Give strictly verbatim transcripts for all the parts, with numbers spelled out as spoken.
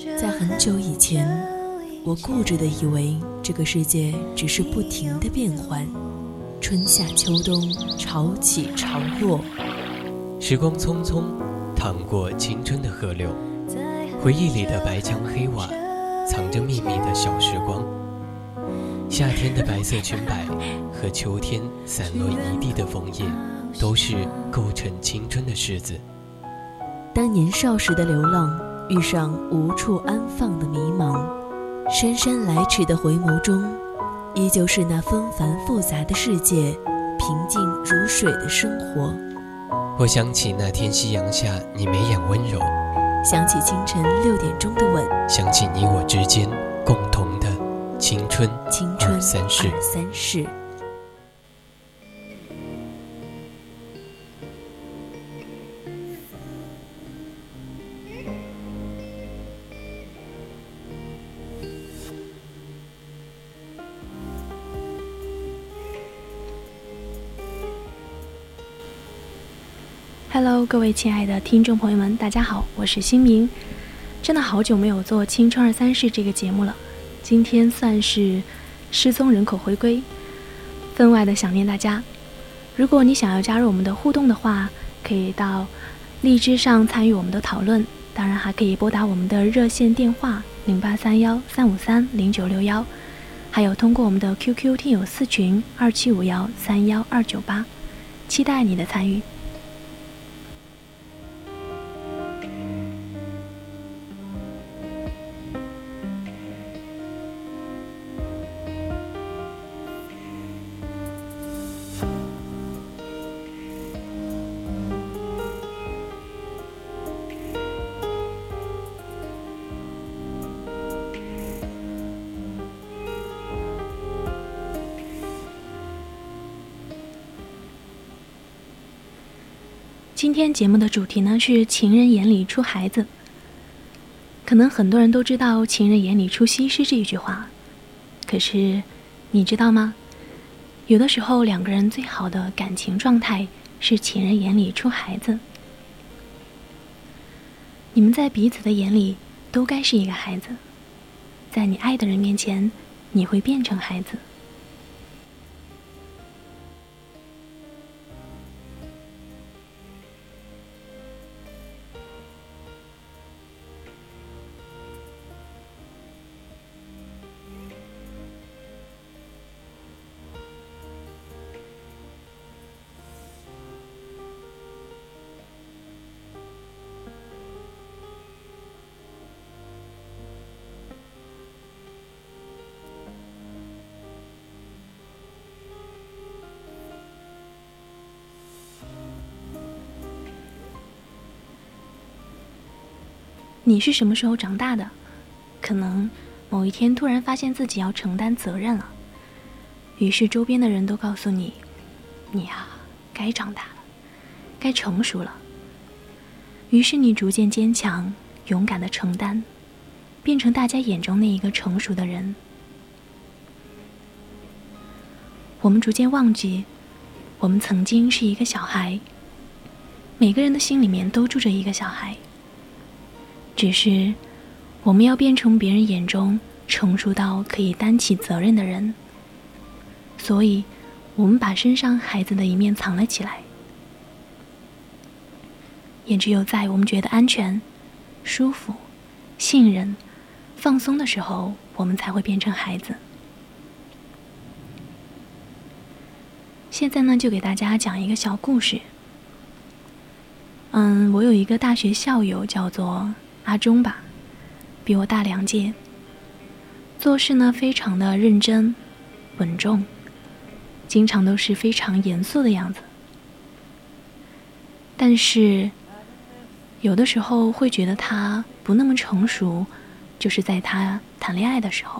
在很久以前，我固执地以为这个世界只是不停的变换，春夏秋冬，潮起潮落。 时光匆匆，淌过青春的河流，回忆里的白墙黑瓦，藏着秘密的小时光。夏天的白色裙摆和秋天散落一地的枫叶，都是构成青春的式子。 当年少时的流浪遇上无处安放的迷茫，姗姗来迟的回眸中，依旧是那纷繁复杂的世界，平静如水的生活。 我想起那天夕阳下你眉眼温柔， 想起清晨六点钟的吻， 想起你我之间共同的青春青春二三事。 二三事。 Hello， 各位亲爱的听众朋友们，大家好，我是新明。真的好久没有做《青春二三事》这个节目了，今天算是失踪人口回归，分外的想念大家。如果你想要加入我们的互动的话，可以到荔枝上参与我们的讨论，当然还可以拨打我们的热线电话零八三幺三五三零九六幺，还有通过我们的 Q Q 听友四群二七五幺三幺二九八，期待你的参与。今天节目的主题呢是情人眼里出孩子。可能很多人都知道情人眼里出西施这一句话，可是你知道吗？有的时候两个人最好的感情状态是情人眼里出孩子。你们在彼此的眼里都该是一个孩子，在你爱的人面前你会变成孩子。你是什么时候长大的？可能某一天突然发现自己要承担责任了，于是周边的人都告诉你，你啊，该长大了，该成熟了。于是你逐渐坚强，勇敢地承担，变成大家眼中那一个成熟的人。我们逐渐忘记，我们曾经是一个小孩，每个人的心里面都住着一个小孩。只是我们要变成别人眼中成熟到可以担起责任的人，所以我们把身上孩子的一面藏了起来，也只有在我们觉得安全、舒服、信任、放松的时候，我们才会变成孩子。现在呢，就给大家讲一个小故事。嗯，我有一个大学校友叫做阿忠吧，比我大两届，做事呢非常的认真稳重，经常都是非常严肃的样子。但是有的时候会觉得他不那么成熟，就是在他谈恋爱的时候。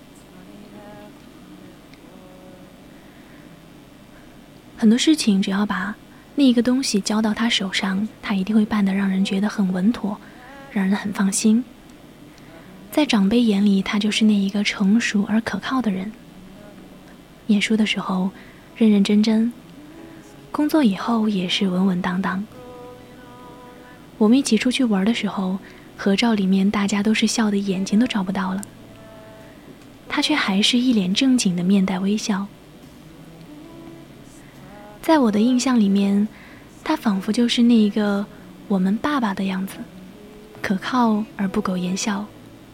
很多事情只要把那一个东西交到他手上，他一定会办得让人觉得很稳妥，让人很放心。在长辈眼里，他就是那一个成熟而可靠的人。念书的时候认认真真，工作以后也是稳稳当当。我们一起出去玩的时候， 合照里面大家都是笑的眼睛都找不到了，他却还是一脸正经的面带微笑。在我的印象里面，他仿佛就是那个我们爸爸的样子，可靠而不苟言笑。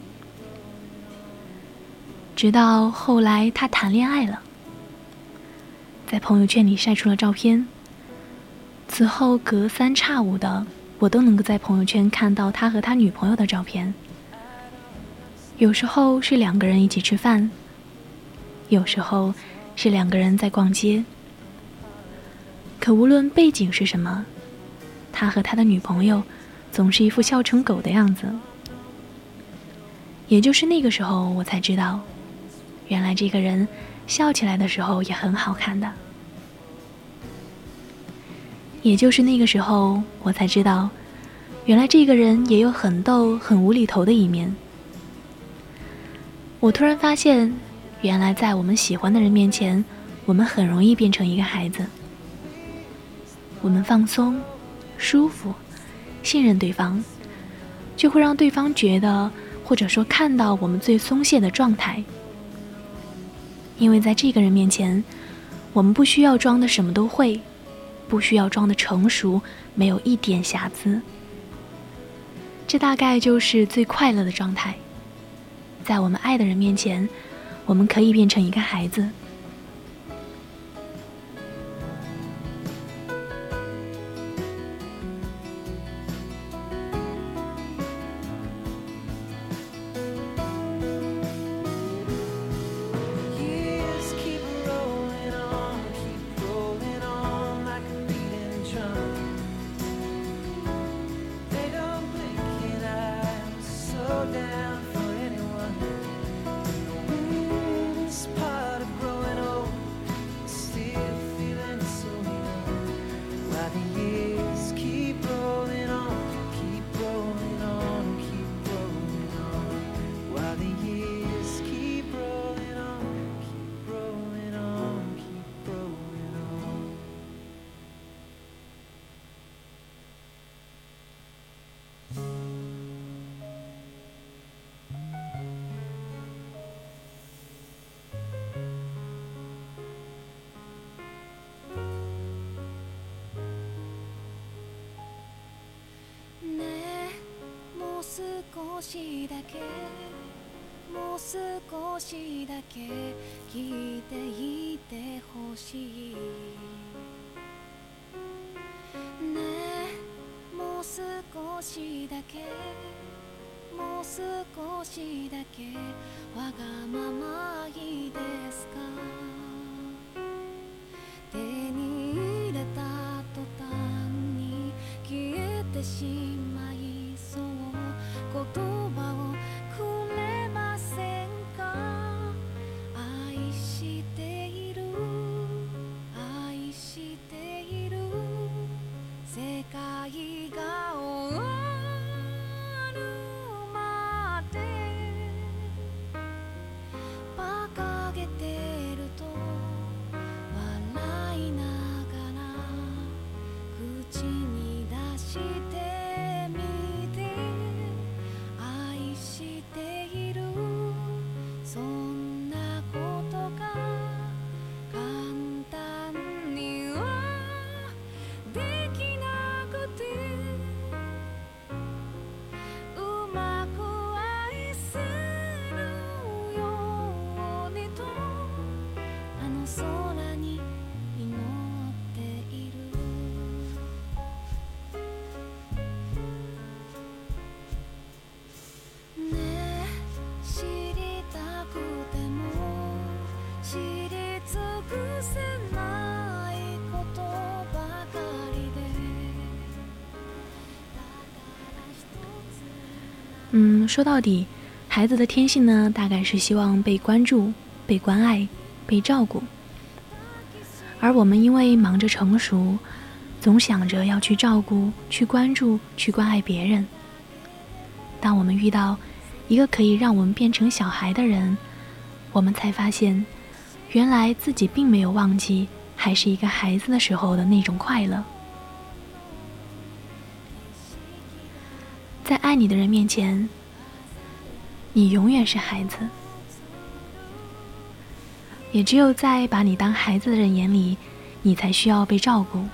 直到后来他谈恋爱了，在朋友圈里晒出了照片，此后隔三差五的我都能够在朋友圈看到他和他女朋友的照片。有时候是两个人一起吃饭，有时候是两个人在逛街，可无论背景是什么，他和他的女朋友总是一副笑成狗的样子。也就是那个时候我才知道，原来这个人笑起来的时候也很好看的。也就是那个时候我才知道，原来这个人也有很逗很无厘头的一面。我突然发现，原来在我们喜欢的人面前，我们很容易变成一个孩子。我们放松、舒服、信任对方，就会让对方觉得，或者说看到我们最松懈的状态。因为在这个人面前，我们不需要装的什么都会，不需要装的成熟，没有一点瑕疵。这大概就是最快乐的状态。在我们爱的人面前，我们可以变成一个孩子。 少しだけもう少しだけ聞いていてほしいねえもう少しだけもう少しだけわがままいいですか手に入れた途端に消えてしまいそう言葉をくれませんか愛している愛している世界が終わるまで馬鹿げてると笑いながら口に出してそんなことが簡単にはできなくてうまく愛せるようにとあの空に祈っているねえ知りたくても知り尽くせないことばかりで嗯，说到底，孩子的天性呢，大概是希望被关注、被关爱、被照顾。而我们因为忙着成熟，总想着要去照顾、去关注、去关爱别人。当我们遇到一个可以让我们变成小孩的人，我们才发现，原来自己并没有忘记还是一个孩子的时候的那种快乐。 在爱你的人面前，你永远是孩子。也只有在把你当孩子的人眼里，你才需要被照顾。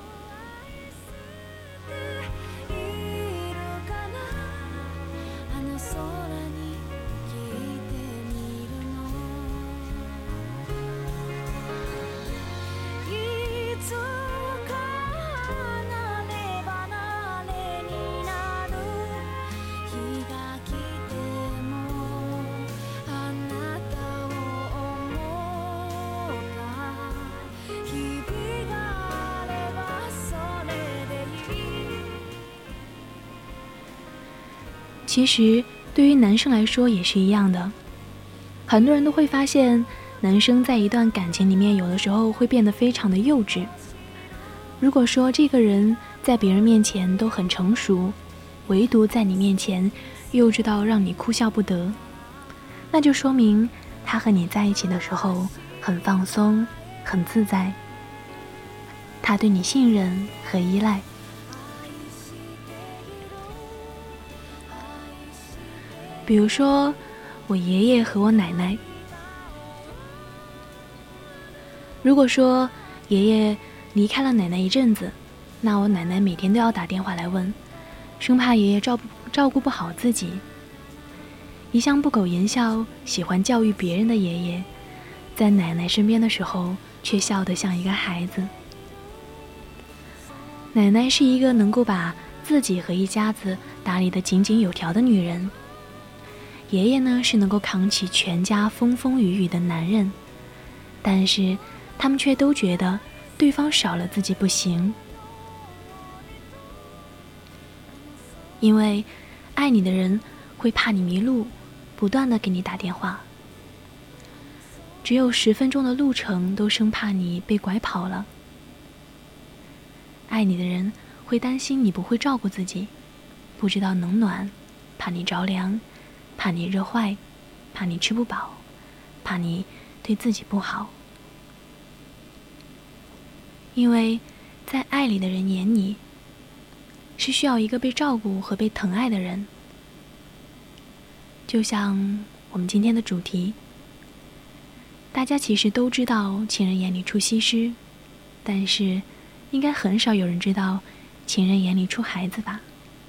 其实对于男生来说也是一样的，很多人都会发现，男生在一段感情里面有的时候会变得非常的幼稚。如果说这个人在别人面前都很成熟，唯独在你面前幼稚到让你哭笑不得，那就说明他和你在一起的时候很放松，很自在，他对你信任和依赖。比如说我爷爷和我奶奶，如果说爷爷离开了奶奶一阵子，那我奶奶每天都要打电话来问，生怕爷爷照照顾不好自己。一向不苟言笑，喜欢教育别人的爷爷，在奶奶身边的时候却笑得像一个孩子。奶奶是一个能够把自己和一家子打理得井井有条的女人，爷爷呢是能够扛起全家风风雨雨的男人，但是他们却都觉得对方少了自己不行。因为爱你的人会怕你迷路，不断地给你打电话，只有十分钟的路程都生怕你被拐跑了。爱你的人会担心你不会照顾自己，不知道冷暖，怕你着凉，怕你热坏，怕你吃不饱，怕你对自己不好。因为在爱里的人眼里，是需要一个被照顾和被疼爱的人。就像我们今天的主题，大家其实都知道情人眼里出西施，但是应该很少有人知道情人眼里出孩子吧。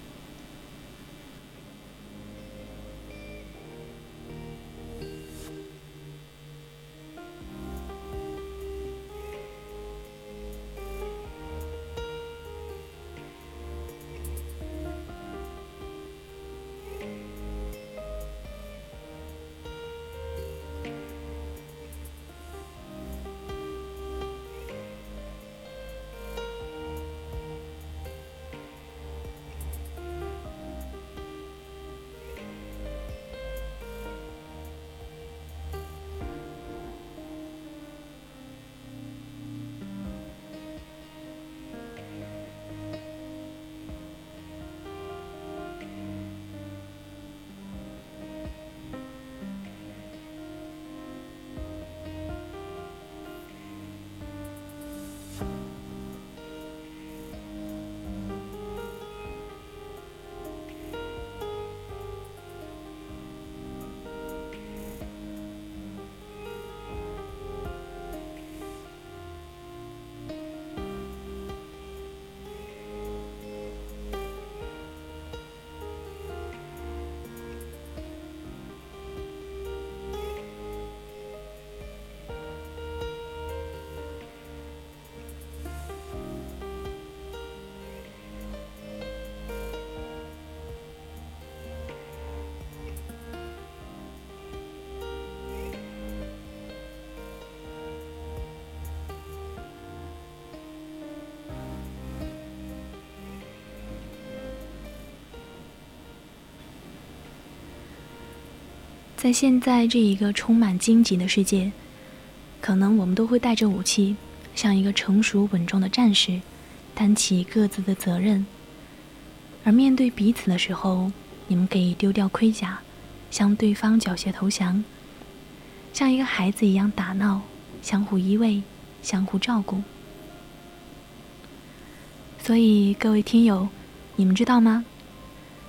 在现在这一个充满荆棘的世界，可能我们都会带着武器，像一个成熟稳重的战士，担起各自的责任。而面对彼此的时候，你们可以丢掉盔甲，向对方缴械投降，像一个孩子一样打闹，相互依偎，相互照顾。所以各位听友，你们知道吗？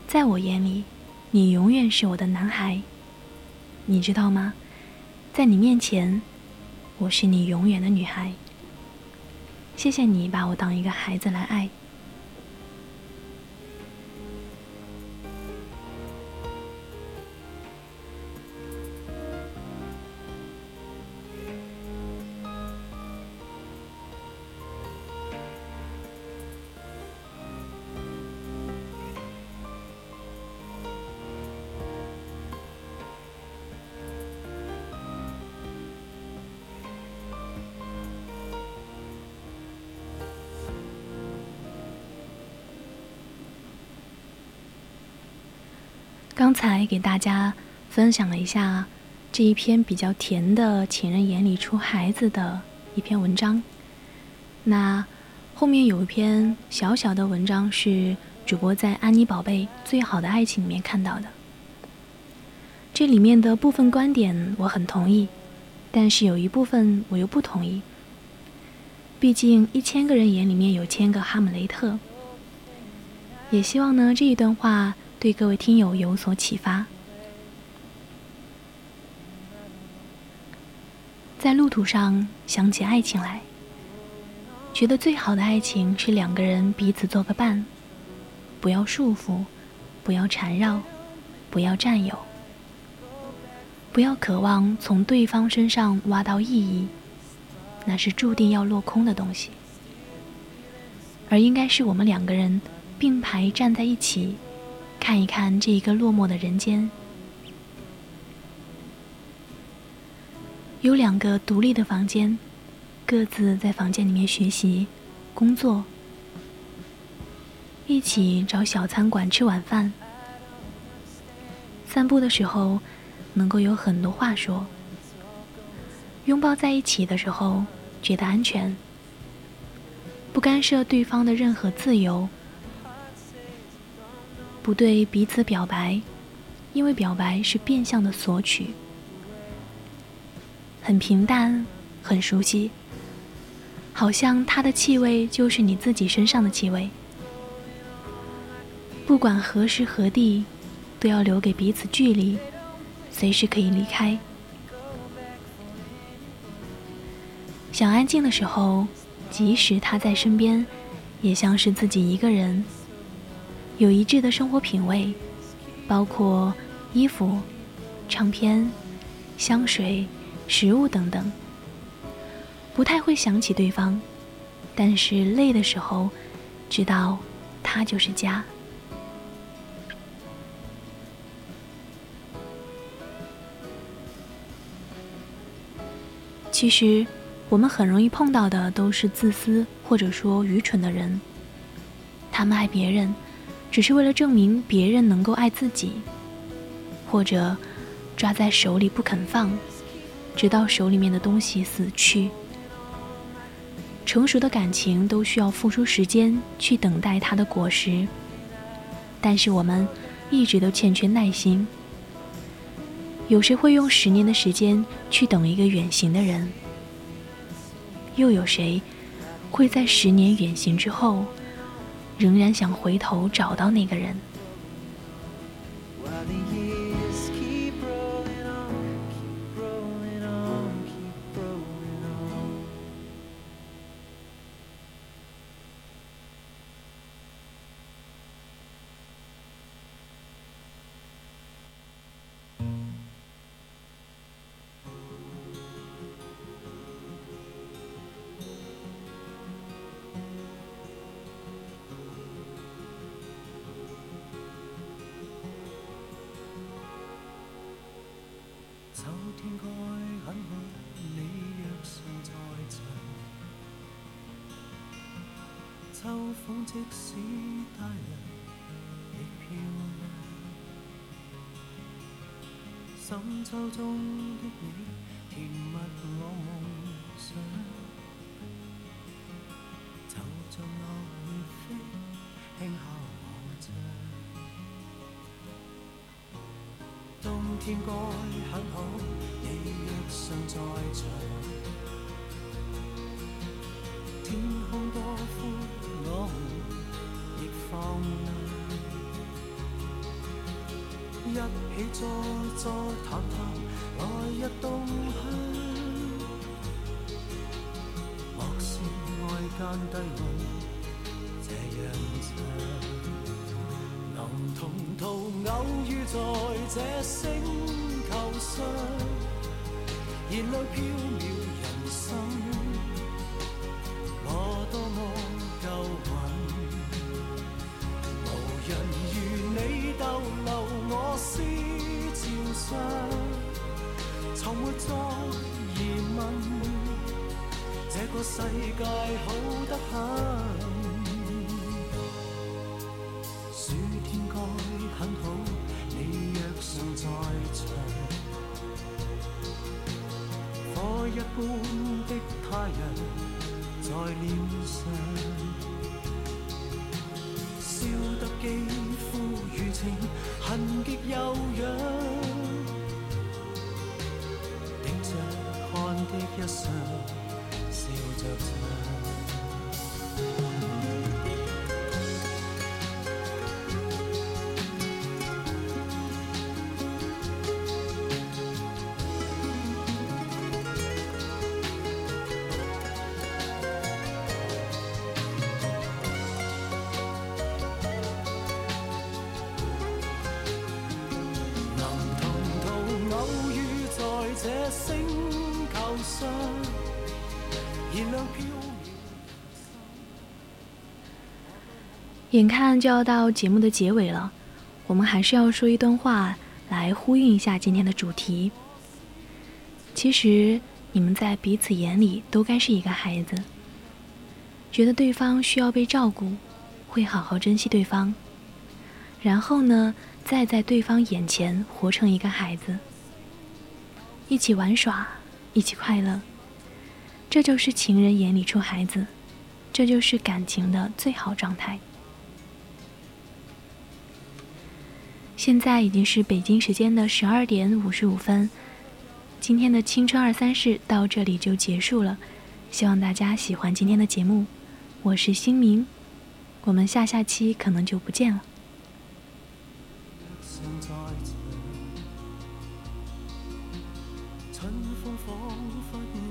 在我眼里，你永远是我的男孩，你知道吗？在你面前，我是你永远的女孩。谢谢你把我当一个孩子来爱。刚才给大家分享了一下这一篇比较甜的情人眼里出孩子的一篇文章，那后面有一篇小小的文章是主播在安妮宝贝最好的爱情里面看到的，这里面的部分观点我很同意，但是有一部分我又不同意，毕竟一千个人眼里面有千个哈姆雷特。也希望呢这一段话对各位听友有所启发。在路途上想起爱情来，觉得最好的爱情是两个人彼此做个伴，不要束缚，不要缠绕，不要占有，不要渴望从对方身上挖到意义，那是注定要落空的东西，而应该是我们两个人并排站在一起，看一看这一个落寞的人间。有两个独立的房间，各自在房间里面学习、工作，一起找小餐馆吃晚饭。散步的时候能够有很多话说，拥抱在一起的时候觉得安全，不干涉对方的任何自由，不对彼此表白，因为表白是变相的索取，很平淡，很熟悉，好像它的气味就是你自己身上的气味。不管何时何地，都要留给彼此距离，随时可以离开。想安静的时候，即使他在身边，也像是自己一个人。有一致的生活品味，包括衣服、唱片、香水、食物等等。不太会想起对方，但是累的时候，知道他就是家。其实我们很容易碰到的都是自私或者说愚蠢的人，他们爱别人只是为了证明别人能够爱自己，或者抓在手里不肯放，直到手里面的东西死去。成熟的感情都需要付出时间去等待它的果实，但是我们一直都欠缺耐心。有谁会用十年的时间去等一个远行的人？又有谁会在十年远行之后仍然想回头找到那个人？ 秋天該很好，你若尚在場。秋風即使帶涼，亦漂亮。深秋中的你，甜蜜我夢想。就像落葉飛，輕敲我窗。冬天該很好，你若尚在場。天空多寬，我們亦放亮。 一起坐坐談談來日動向。莫視愛間低溫這樣長，能同途偶遇在這星球上，燃亮飄渺人生。我多麼夠運，無人如你逗留我思潮上，從沒再疑問，這個世界好得很。暑天該很好，你若尚在場，火一般的太陽在臉上，燒得肌膚如情，痕極悠揚，盯着看的一雙，笑着唱。 眼看就要到节目的结尾了，我们还是要说一段话来呼应一下今天的主题。其实你们在彼此眼里都该是一个孩子，觉得对方需要被照顾，会好好珍惜对方，然后呢，再在对方眼前活成一个孩子，一起玩耍，一起快乐。这就是情人眼里出孩子，这就是感情的最好状态。现在已经是北京时间的十二点五十五分，今天的青春二三事到这里就结束了，希望大家喜欢今天的节目，我是新明，我们下下期可能就不见了。 春風彷彿